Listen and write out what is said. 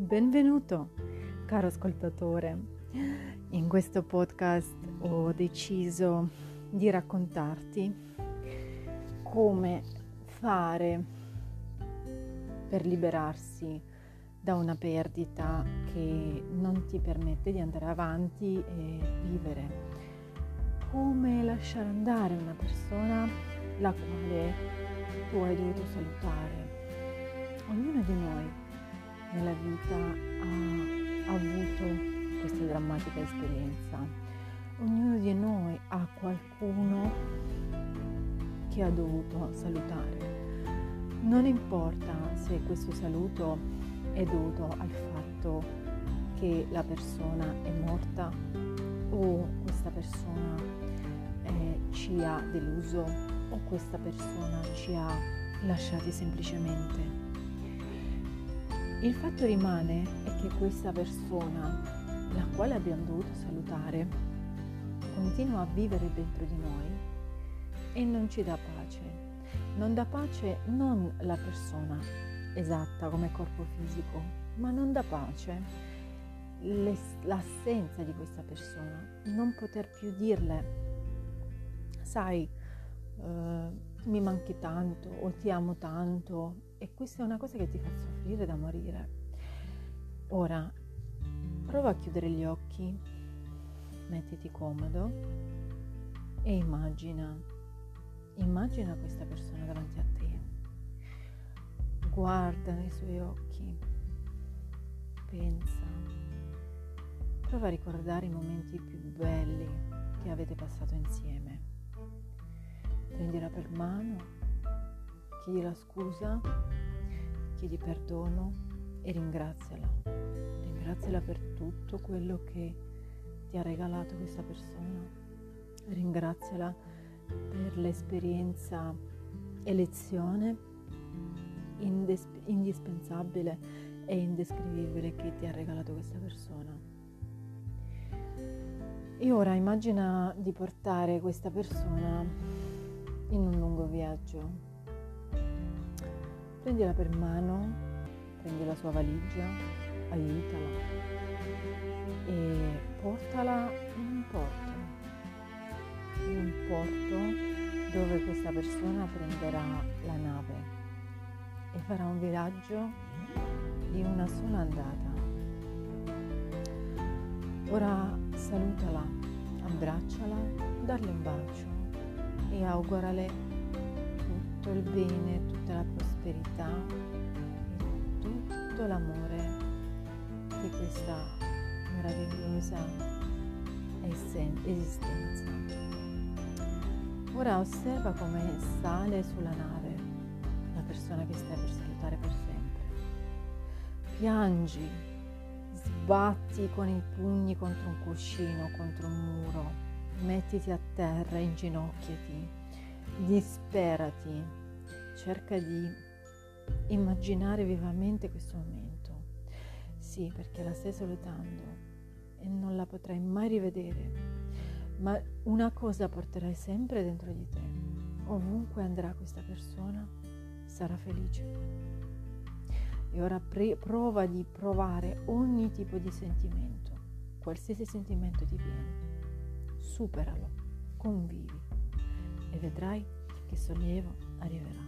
Benvenuto, caro ascoltatore. In questo podcast ho deciso di raccontarti come fare per liberarsi da una perdita che non ti permette di andare avanti e vivere. Come lasciare andare una persona la quale tu hai dovuto salutare. Ognuno di noi nella vita ha avuto questa drammatica esperienza. Ognuno di noi ha qualcuno che ha dovuto salutare. Non importa se questo saluto è dovuto al fatto che la persona è morta o questa persona ci ha deluso o questa persona ci ha lasciati semplicemente. Il fatto rimane è che questa persona, la quale abbiamo dovuto salutare, continua a vivere dentro di noi e non ci dà pace. Non dà pace non la persona esatta come corpo fisico, ma non dà pace l'assenza di questa persona, non poter più dirle, sai, mi manchi tanto o ti amo tanto, e questa è una cosa che ti fa soffrire da morire. Ora prova a chiudere gli occhi, mettiti comodo e immagina questa persona davanti a te. Guarda nei suoi occhi, pensa, prova a ricordare i momenti più belli che avete passato insieme. Prendila per mano, chiedila scusa, chiedi perdono e ringraziala. Ringraziala per tutto quello che ti ha regalato questa persona. Ringraziala per l'esperienza e lezione indispensabile e indescrivibile che ti ha regalato questa persona. E ora immagina di portare questa persona in un lungo viaggio. Prendila per mano, prendi la sua valigia, aiutala e portala in un porto dove questa persona prenderà la nave e farà un viaggio di una sola andata. Ora salutala, abbracciala, darle un bacio e augurale tutto il bene, tutta la prosperità e tutto l'amore di questa meravigliosa esistenza. Ora osserva come sale sulla nave la persona che stai per salutare per sempre. Piangi, sbatti con i pugni contro un cuscino, contro un muro, mettiti a terra, inginocchiati, disperati, cerca di immaginare vivamente questo momento. Sì, perché la stai salutando e non la potrai mai rivedere, ma una cosa porterai sempre dentro di te. Ovunque andrà questa persona sarà felice. E ora prova di provare ogni tipo di sentimento, qualsiasi sentimento ti viene, superalo, convivi e vedrai che sollievo arriverà.